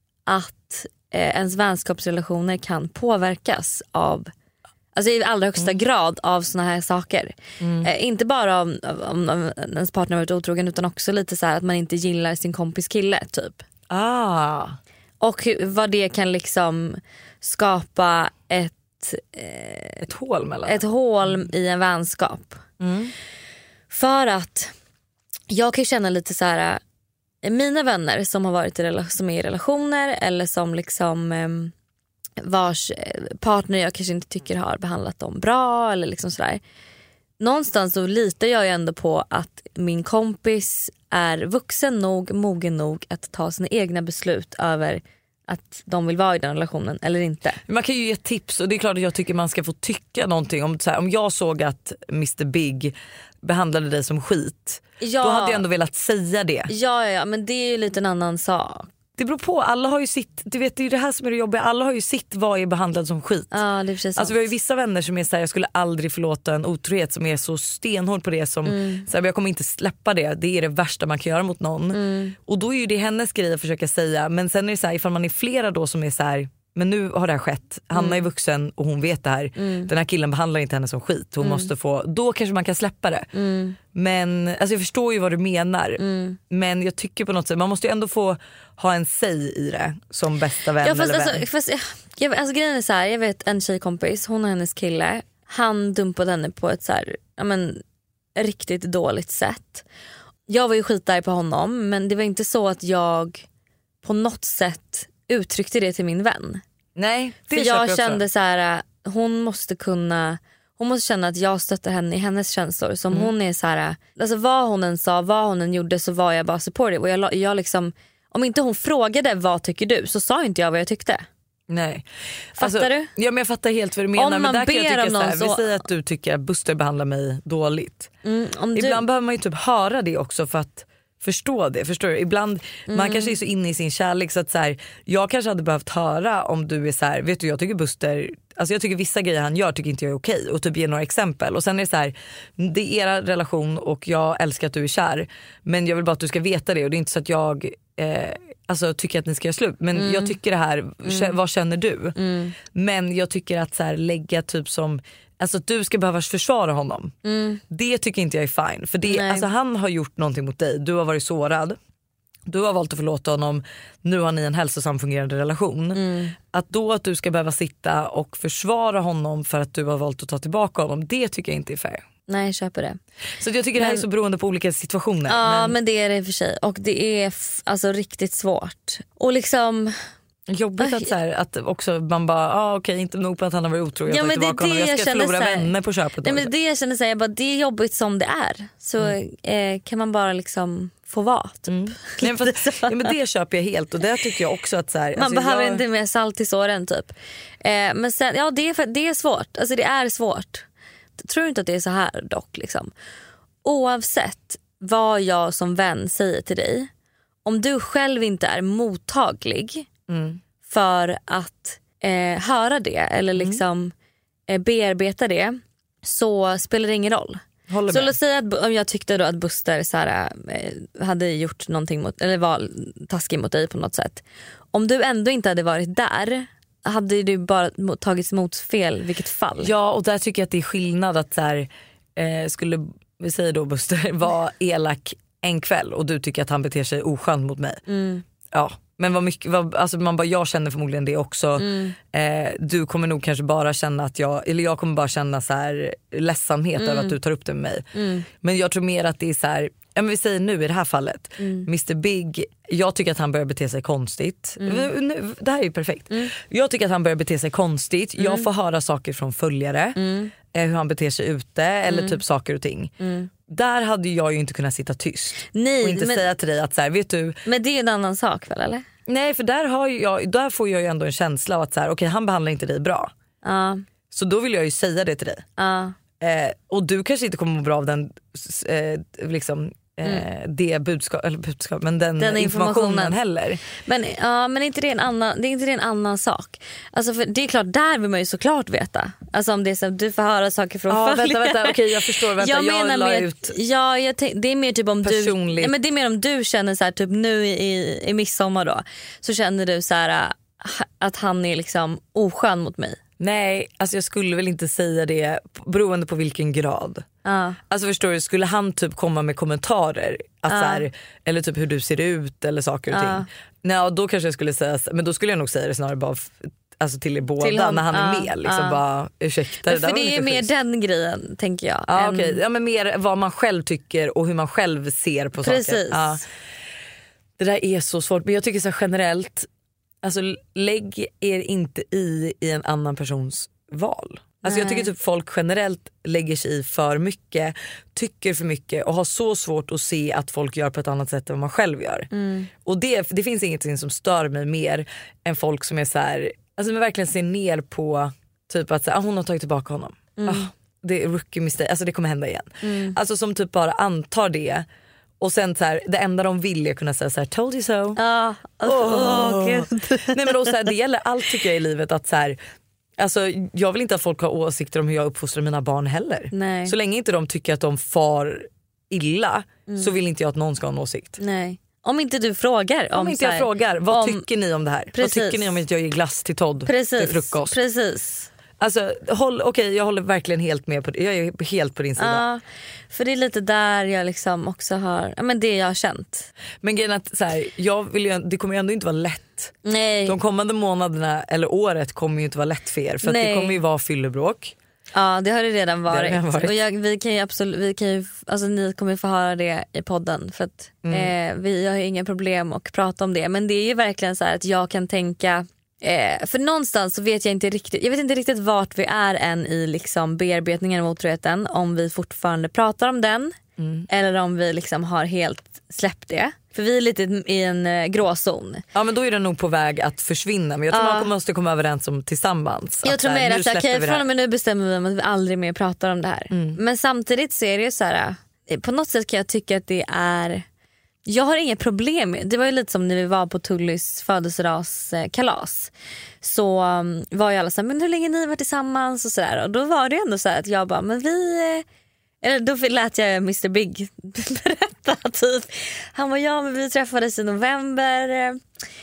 att ens vänskapsrelationer kan påverkas av, alltså i allra högsta grad, av såna här saker. Inte bara om ens partner har varit otrogen, utan också lite så här att man inte gillar sin kompis kille typ. Och vad det kan liksom skapa ett hål mellan. Ett hål i en vänskap. För att jag kan känna lite så här, mina vänner som har varit som är i relationer, eller som liksom vars partner jag kanske inte tycker har behandlat dem bra, eller liksom sådär. Någonstans så litar jag ju ändå på att min kompis är vuxen nog, mogen nog att ta sina egna beslut över att de vill vara i den relationen eller inte. Man kan ju ge tips, och det är klart att jag tycker man ska få tycka någonting om så här, om jag såg att Mr. Big behandlade dig som skit, då hade jag ändå velat säga det. Ja, men det är ju lite en annan sak. Det beror på, alla har ju sitt, du vet, det är ju det här som är det jobbiga, alla har ju sitt vad är behandlad som skit. Ja, det är precis. Alltså vi har ju vissa vänner som är så här, jag skulle aldrig förlåta en otrohet, som är så stenhård på det, som så här, jag kommer inte släppa det, det är det värsta man kan göra mot någon. Och då är ju det hennes grej att försöka säga, men sen är det så här, ifall man är flera då som är så här, men nu har det här skett, Hanna är vuxen och hon vet det här, den här killen behandlar inte henne som skit, hon måste få, då kanske man kan släppa det. Men alltså jag förstår ju vad du menar, men jag tycker på något sätt man måste ju ändå få ha en säg i det som bästa vän. Ja, fast eller vän. Alltså grejen är så här, jag vet en tjejkompis, hon och hennes kille, han dumpade henne på ett så här, riktigt dåligt sätt. Jag var ju skitarg på honom, men det var inte så att jag på något sätt uttryckte det till min vän. Nej, det för jag kände också. Så här, hon måste känna att jag stöttar henne i hennes känslor. Som hon är så här, alltså vad hon än sa, vad hon än gjorde, så var jag bara supportive. Och jag liksom, om inte hon frågade vad tycker du, så sa inte jag vad jag tyckte. Nej. Fattar du? Ja, men jag fattar helt vad du menar. Om man men där kan jag ber tycka om så här, någon vi säger att du tycker att Buster behandlar mig dåligt. Ibland behöver man ju typ höra det också för att förstå det. Förstår du? Ibland man kanske är så inne i sin kärlek så att så här, jag kanske hade behövt höra om du är så här, vet du, jag tycker Buster, alltså jag tycker vissa grejer han gör tycker inte jag är okej, och typ ge några exempel. Och sen är det så här, det är era relation och jag älskar att du är kär, men jag vill bara att du ska veta det, och det är inte så att jag alltså tycker att ni ska göra slut, men jag tycker det här, vad känner du? Men jag tycker att så här, lägga typ som, alltså att du ska behöva försvara honom. Det tycker inte jag är fine. För det, alltså, han har gjort någonting mot dig. Du har varit sårad. Du har valt att förlåta honom. Nu har ni en hälsosam fungerande relation. Att du ska behöva sitta och försvara honom för att du har valt att ta tillbaka honom, det tycker jag inte är fair. Nej, jag köper det. Så jag tycker det här är så beroende på olika situationer. Ja, men det är det för sig. Och det är alltså riktigt svårt. Och liksom... Jobbigt att, så här, att också man bara okej, inte nog på att han har varit otrogen, jag tar tillbaka honom, jag ska förlora vänner på köpet. Nej, men det jag känner säga, det är jobbigt som det är. Så kan man bara liksom få vara typ. Nej, ja, men det köper jag helt, och det tycker jag också att så här, man alltså, behöver inte mer salt i såren typ. Men sen, ja, det är svårt. Alltså det är svårt. Jag tror inte att det är så här dock liksom. Oavsett vad jag som vän säger till dig, om du själv inte är mottaglig för att höra det eller liksom bearbeta det, så spelar det ingen roll. Så låt säga att om jag tyckte då att Buster så här, hade gjort någonting mot, eller var taskig mot dig på något sätt. Om du ändå inte hade varit där, hade du bara tagits emot fel vilket fall. Ja, och där tycker jag att det är skillnad att så här, skulle vi säga då Buster var elak en kväll och du tycker att han beter sig oskönt mot mig. Ja, men alltså man bara, jag känner förmodligen det också. Du kommer nog kanske bara känna att jag kommer bara känna så här ledsamhet över att du tar upp det med mig. Men jag tror mer att det är så här, ja, men vi säger nu i det här fallet, Mr. Big, jag tycker att han börjar bete sig konstigt. Nu, det här är ju perfekt. Jag tycker att han börjar bete sig konstigt. Jag får höra saker från följare, hur han beter sig ute eller typ saker och ting. Där hade jag ju inte kunnat sitta tyst. Nej, och inte säga till dig att så här, vet du. Men det är en annan sak väl, eller? Nej, för där får jag ju ändå en känsla av att så här, okej, han behandlar inte dig bra. Så då vill jag ju säga det till dig. Och du kanske inte kommer må bra av den liksom det budskap, men den informationen heller. Men men inte det är inte det en annan sak. Alltså för det är klart, där vill man ju såklart veta. Alltså om det är så att du får höra saker från följare. Vänta, okej, jag förstår. Jag menar det är mer typ om personligt. du, men det är mer om du känner så här, typ nu i midsommar då, så känner du så här att han är liksom oskön mot mig. Nej, alltså jag skulle väl inte säga det beroende på vilken grad. Alltså förstår du, skulle han typ komma med kommentarer att så här, eller typ hur du ser ut eller saker och ting. Nej, då kanske jag skulle säga, men då skulle jag nog säga det snarare bara alltså till er båda när han är med liksom bara ursäkta. Men för det är mer den grejen tänker jag. Okej. Ja, men mer vad man själv tycker och hur man själv ser på saker. Det där är så svårt, men jag tycker så generellt, alltså lägg er inte i en annan persons val. Alltså jag tycker typ folk generellt lägger sig i för mycket, tycker för mycket och har så svårt att se att folk gör på ett annat sätt än vad man själv gör. Och det finns ingenting som stör mig mer än folk som är så här, alltså man verkligen ser ner på typ att så här, hon har tagit tillbaka honom. Det är rookie mistake, alltså det kommer hända igen. Alltså som typ bara antar det. Och sen så här, det enda de vill är kunna säga så här, told you so. Nej, men då, så här, det gäller allt tycker jag i livet att så här, alltså, jag vill inte att folk har åsikter om hur jag uppfostrar mina barn heller. Nej. Så länge inte de tycker att de far illa så vill inte jag att någon ska ha en åsikt. Nej. Om inte du frågar. Om inte jag frågar, vad tycker ni om det här? Precis. Vad tycker ni om att jag ger glass till Todd till frukost? Precis. Alltså, jag håller verkligen helt med på det. Jag är helt på din sida. Ja, för det är lite där jag liksom också har, men det jag har känt. Men grejen att så här, det kommer ju ändå inte vara lätt. Nej. De kommande månaderna eller året kommer ju inte vara lätt för er. För att det kommer ju vara fyllebråk. Ja, det har det redan varit. Och vi kan ju alltså ni kommer få höra det i podden för att vi har ju inga problem att prata om det, men det är ju verkligen så här att jag kan tänka för någonstans så vet jag inte riktigt vart vi är än i liksom bearbetningen av otroheten, om vi fortfarande pratar om den eller om vi liksom har helt släppt det. För vi är lite i en gråzon. Ja, men då är den nog på väg att försvinna. Men jag tror man måste komma överens om tillsammans. Jag tror mer att från och med nu bestämmer vi om att vi aldrig mer pratar om det här. Men samtidigt så är det ju så här, på något sätt kan jag tycka att det är, jag har inga problem med. Det var ju lite som när vi var på Tullys födelsedagskalas. Så var ju alla så här, men hur länge ni var tillsammans och sådär. Och då var det ändå så här att jag bara, men eller då lät jag Mr. Big berätta typ. Han var men vi träffades i november.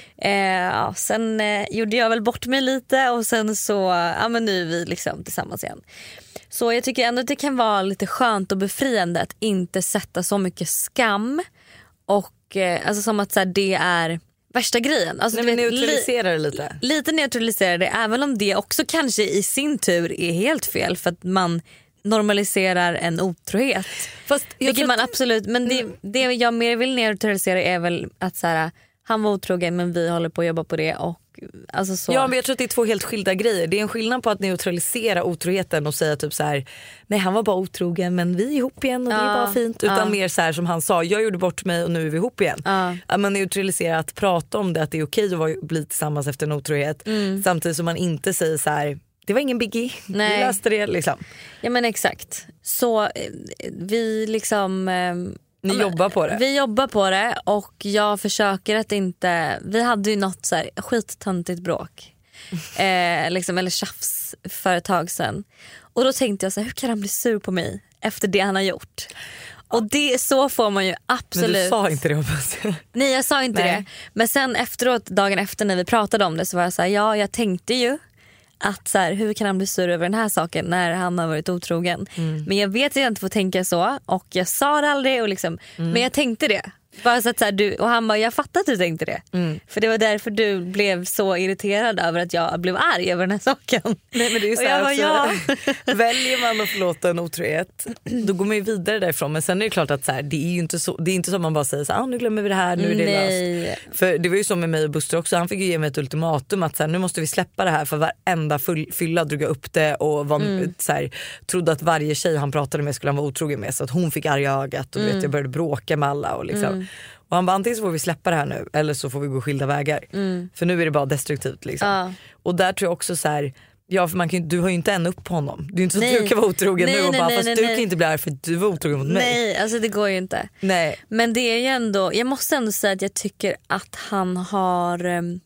Sen gjorde jag väl bort mig lite. Och sen så, men nu är vi liksom tillsammans igen. Så jag tycker ändå att det kan vara lite skönt och befriande att inte sätta så mycket skam. Och alltså som att så här, det är värsta grejen. Alltså, nej, men neutralisera det lite. Lite neutralisera det, även om det också kanske i sin tur är helt fel. För att man normaliserar en otrohet. Fast vilket man absolut, men det jag mer vill neutralisera är väl att så här, han var otrogen men vi håller på att jobba på det och alltså så. Ja, men jag tror att det är två helt skilda grejer. Det är en skillnad på att neutralisera otroheten och säga typ så här: nej, han var bara otrogen men vi är ihop igen och det är bara fint, utan mer så här som han sa, jag gjorde bort mig och nu är vi ihop igen. Att man neutraliserar, att prata om det, att det är okej att bli tillsammans efter en otrohet, samtidigt som man inte säger så här: det var ingen biggie, vi löste det liksom. Ja, men exakt. Så vi liksom ni jobbar på det. Vi jobbar på det och jag försöker att inte, vi hade ju något så här skittöntigt bråk liksom, eller tjafs för ett tag sedan. Och då tänkte jag så här, hur kan han bli sur på mig efter det han har gjort? Och det, så får man ju absolut. Men du sa inte det, hoppas jag. Nej, jag sa inte det. Men sen efteråt, dagen efter när vi pratade om det, så var jag så här, jag tänkte ju att så här, hur kan han bli sur över den här saken när han har varit otrogen. Men jag vet att jag inte får tänka så. Och jag sa det aldrig och liksom, men jag tänkte det. Bara så att så här, du, och han bara, jag fattar att du tänkte det. För det var därför du blev så irriterad över att jag blev arg över den här saken. Nej, men det är ju så här, väljer man att förlåta en otrohet, då går man ju vidare därifrån. Men sen är det klart att så här, det är ju inte så, det är inte som man bara säger så här, nu glömmer vi det här, nu är det löst. För det var ju så med mig och Buster också, han fick ju ge mig ett ultimatum att så här, nu måste vi släppa det här, för varenda fylla drog jag upp det och var, så här, trodde att varje tjej han pratade med skulle han vara otrogen med, så att hon fick arga ögat och vet, jag började bråka med alla och liksom. Och han bara, antingen så får vi släppa det här nu eller så får vi gå skilda vägar. För nu är det bara destruktivt liksom. Och där tror jag också så här, ja, för du har ju inte än upp på honom. Det är inte så att du kan vara otrogen nu och bara, fast du kan inte bli arg för att du var otrogen mot mig. Nej, alltså det går ju inte. Nej. Men det är ju ändå, jag måste ändå säga att jag tycker att han har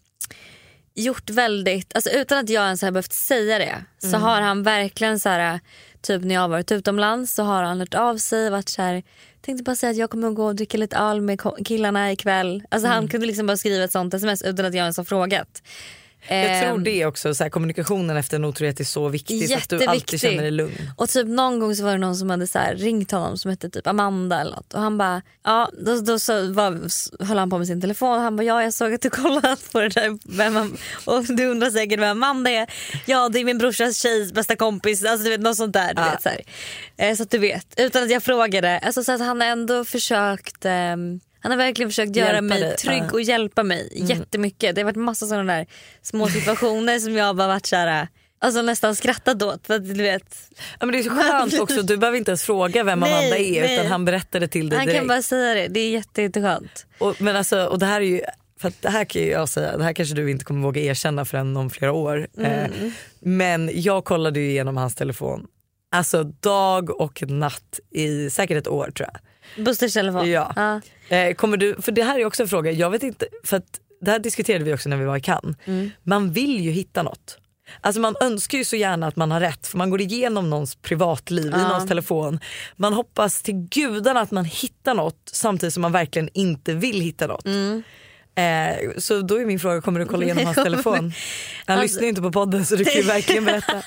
gjort väldigt, alltså utan att jag ens har behövt säga det, så har han verkligen så här, typ när jag har varit utomlands så har han hört av sig, varit så här, tänkte bara säga att jag kommer att gå och dricka lite öl med killarna ikväll. Alltså han kunde liksom bara skriva ett sånt sms utan att jag ens har frågat. Jag tror det också, så här, kommunikationen efter en otrohet är så viktig, så att du alltid känner dig lugn. Och typ någon gång så var det någon som hade så här ringt honom som hette typ Amanda eller något. Och han bara, då höll han på med sin telefon och han bara, jag såg att du kollat på det där och du undrar säkert vem Amanda är. Ja, det är min brorsas tjejs bästa kompis, alltså du vet, något sånt där, du vet, så här. Så att du vet, utan att jag frågade, alltså, så att han har ändå försökt han har verkligen försökt göra mig trygg och hjälpa mig jättemycket. Det har varit massa sådana där små situationer som jag bara varit så här, alltså nästan skrattat åt, för att du vet. Ja, men det är så skönt också, du behöver inte ens fråga vem Amanda är, utan han berättade till dig direkt. Han kan bara säga det, det är jätteskönt. Men alltså, och det här är ju, för att det här kan jag säga, det här kanske du inte kommer våga erkänna förrän om flera år. Men jag kollade ju igenom hans telefon, alltså dag och natt i säkert ett år tror jag. Busters telefon. Ja. Kommer du, för det här är också en fråga, jag vet inte, för att det här diskuterade vi också när vi var i Cannes. Man vill ju hitta något. Alltså man önskar ju så gärna att man har rätt, för man går igenom någons privatliv i någons telefon. Man hoppas till gudarna att man hittar något, samtidigt som man verkligen inte vill hitta något. Så då är min fråga, kommer du kolla igenom hans telefon? Han lyssnar ju inte på podden, så du kan ju verkligen berätta.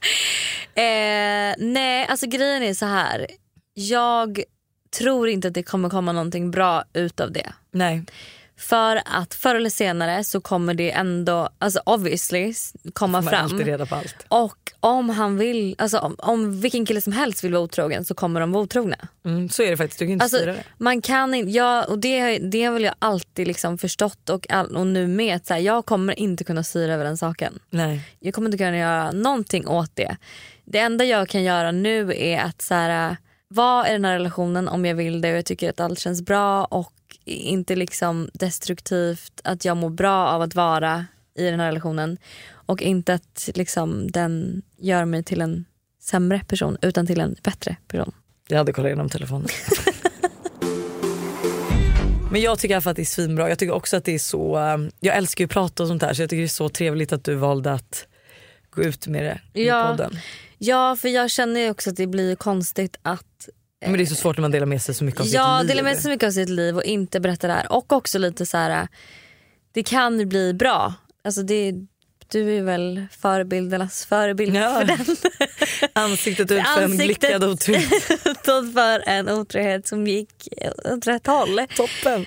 Nej, alltså grejen är så här. Jag tror inte att det kommer komma någonting bra utav det. Nej. För att förr eller senare så kommer det ändå, alltså obviously, komma fram. Alltid reda på allt. Och om han vill, alltså om vilken kille som helst vill vara otrogen så kommer de vara otrogna. Så är det faktiskt, du kan inte styra det. Man kan inte, och det har väl jag alltid liksom förstått och nu med att så här, jag kommer inte kunna styra över den saken. Nej. Jag kommer inte kunna göra någonting åt det. Det enda jag kan göra nu är att så här, vara i den här relationen om jag vill det och jag tycker att allt känns bra och inte liksom destruktivt, att jag mår bra av att vara i den här relationen och inte att liksom den gör mig till en sämre person utan till en bättre person. Jag hade kollat igenom telefonen. Men jag tycker att det är svinbra. Jag tycker också att det är så, jag älskar ju att prata och sånt här, så jag tycker det är så trevligt att du valde att gå ut med det i podden. Ja, för jag känner ju också att det blir konstigt att men det är så svårt när man delar med sig så mycket av sitt liv. Ja, delar med sig så mycket av sitt liv och inte berätta det här. Och också lite så här, det kan bli bra. Alltså du är väl förebildernas förebild för den. Ansiktet ut för en blickad otrohet. För en otrohet som gick åt rätt håll. Toppen.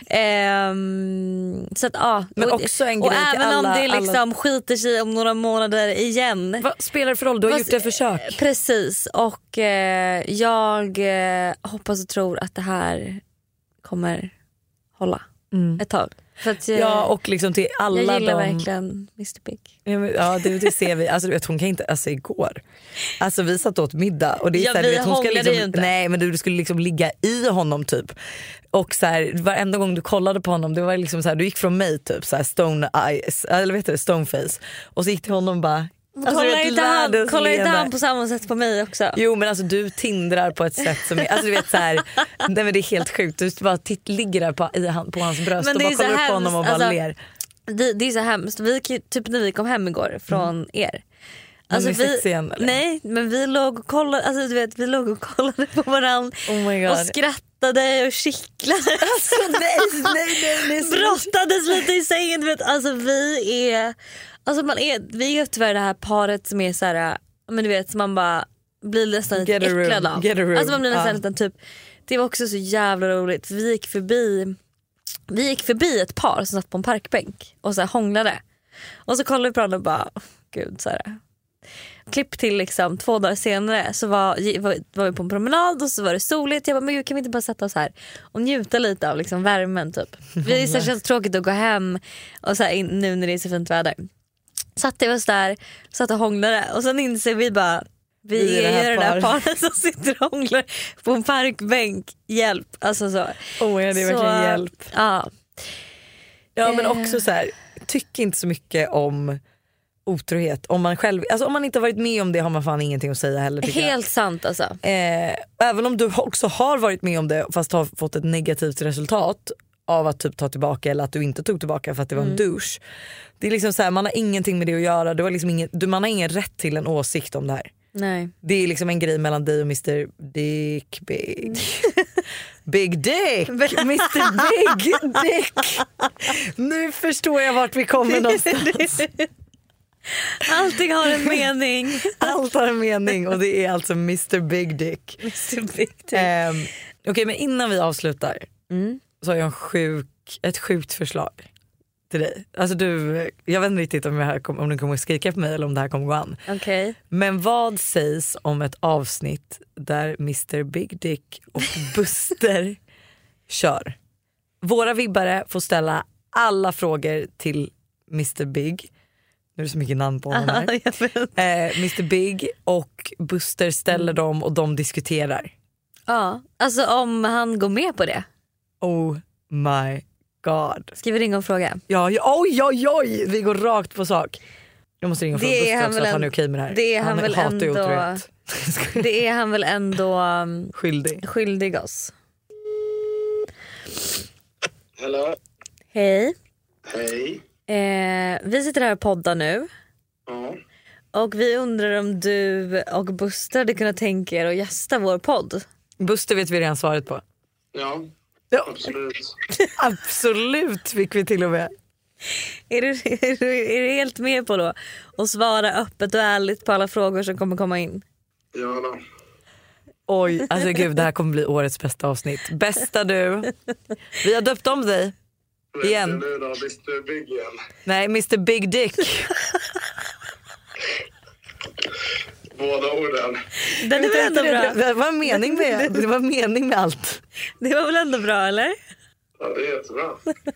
Så att, men också en grej och till även alla, om det liksom skiter sig om några månader igen. Vad spelar det för roll? Du har gjort ett försök. Precis. Och jag hoppas och tror att det här kommer hålla ett tag. För att, ja, och liksom till alla jag gillar verkligen Mr. Big. Ja, det ser vi. Alltså, hon kan inte, alltså igår. Alltså vi satt åt middag och det är så här, vi vet, hon ska liksom, ju inte. nej, men du skulle liksom ligga i honom typ. Och så här, varenda gång du kollade på honom, det var liksom så här, du gick från mig typ så här stone eyes, eller vet du, stone face. Och så gick till honom bara. Alltså, kollar inte han på samma sätt på mig också? Jo, men alltså du tindrar på ett sätt som är, alltså du vet så här, nej, men det är helt sjukt. Du bara ligger där på hans bröst och bara kollar upp på honom och bara ler. Det är så hemskt. Typ när vi kom hem igår från er. Alltså igen, nej, men vi låg och kollade, alltså du vet, vi låg och kollade på varandra och skrattade och kittlade. Alltså nej. Brottades lite i sängen, du vet. Alltså vi är tyvärr det här paret som är så här, men du vet, som man bara blir nästan lite äcklad av. Alltså man blir nästan lite typ. Det var också så jävla roligt. Vi gick förbi ett par som satt på en parkbänk och så här hånglade. Och så kollade vi på varandra och bara gud så här. Klipp till liksom 2 dagar senare så var vi på en promenad och så var det soligt. Jag bara, men gud, kan vi inte bara sätta oss här och njuta lite av liksom värmen typ. Det känns tråkigt att gå hem och så här, nu när det är så fint väder. Satte vi oss där, satt och hånglade och sen inser vi bara vi är det där paret som sitter och hånglar på en parkbänk. Hjälp, alltså så. Ja, det är verkligen hjälp. Ja, men också så här, tycker inte så mycket om otrohet om man själv, alltså om man inte har varit med om det har man fan ingenting att säga heller. Helt sant alltså. Även om du också har varit med om det fast har fått ett negativt resultat av att typ ta tillbaka eller att du inte tog tillbaka för att det var en douche. Det är liksom så här, man har ingenting med det att göra. Det var liksom man har ingen rätt till en åsikt om det här. Nej. Det är liksom en grej mellan dig och Mr. Dick Big. Big Dick! Mr. Big Dick! Nu förstår jag vart vi kommer någonstans. Allting har en mening. Allt har en mening och det är alltså Mr. Big Dick. Mr. Big Dick. Okej, men innan vi avslutar så har jag ett sjukt förslag till dig. Alltså jag vet inte riktigt om du kommer att skrika på mig eller om det här kommer gå an. Okay. Men vad sägs om ett avsnitt där Mr. Big Dick och Buster kör? Våra vibbare får ställa alla frågor till Mr. Big. Nu är det så mycket namn på honom här. Mr. Big och Buster ställer dem och de diskuterar. Ja, alltså om han går med på det. Oh my god. Ska vi ringa och fråga? Ja, oj, vi går rakt på sak. Jag måste ringa och fråga Buster också att han är okej med det här. Det är han väl ändå. Det är han väl ändå skyldig oss. Hallå. Hej. Hej. Vi sitter här och poddar nu. Ja. Och vi undrar om du och Buster hade kunnat tänka er att gästa vår podd. Buster vet vi redan svaret på. Ja. Absolut. Absolut fick vi till och med. Är du helt med på då att svara öppet och ärligt på alla frågor som kommer komma in? Ja då. Oj, alltså gud, det här kommer bli årets bästa avsnitt. Bästa du. Vi har döpt om dig. Igen. Nu då, Mr. Big igen. Nej, Mr. Big Dick. båda orden. Den är ändå bra. Det var mening med allt. Det var väl ändå bra, eller? Ja, det är jättebra.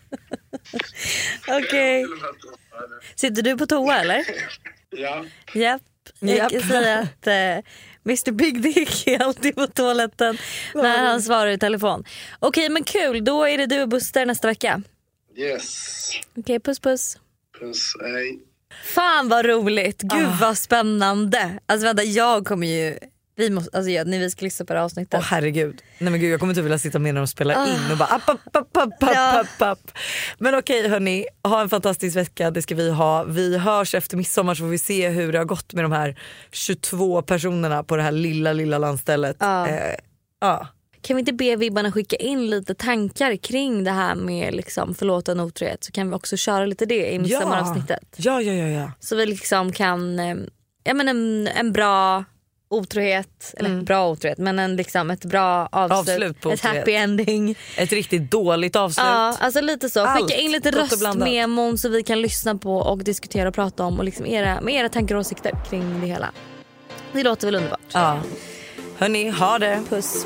Okej. Sitter du på toa, eller? Ja. Japp. Jag kan säga att Mr Big Dick är alltid på toaletten när han svarar i telefon. Okej, men kul. Då är det du och Buster nästa vecka. Yes. Okej, puss. Puss, hej. Fan vad roligt. Gud vad spännande. Alltså vänta, jag kommer ju... när vi ska lyssna på det här avsnittet. Herregud. Nej men gud, jag kommer inte vilja sitta med när de spelar in och bara app. Men okej hörni, ha en fantastisk vecka, det ska vi ha. Vi hörs efter midsommar så får vi se hur det har gått med de här 22 personerna på det här lilla landstället. Kan vi inte be vibbarna skicka in lite tankar kring det här med liksom förlåten otrohet, så kan vi också köra lite det i midsommaravsnittet. Ja. Så vi liksom kan en bra otrohet, eller bra otrohet, men ett bra avslut på ett happy ending. Ett riktigt dåligt avslut. Ja, alltså lite så. Skicka in lite röstmemon så vi kan lyssna på och diskutera och prata om och liksom era tankar och åsikter kring det hela. Det låter väl underbart. Ja. Hörni, ha det. Puss.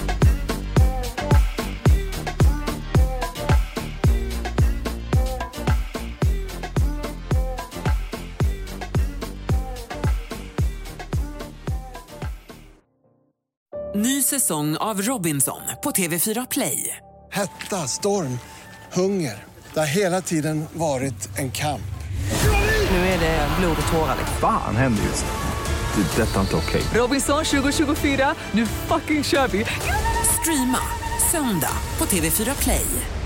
Ny säsong av Robinson på TV4 Play. Hetta, storm, hunger. Det har hela tiden varit en kamp. Nu är det blod och tårar. Fan händer just det. Det är detta inte okej. Robinson 2024, nu fucking kör vi. Streama söndag på TV4 Play.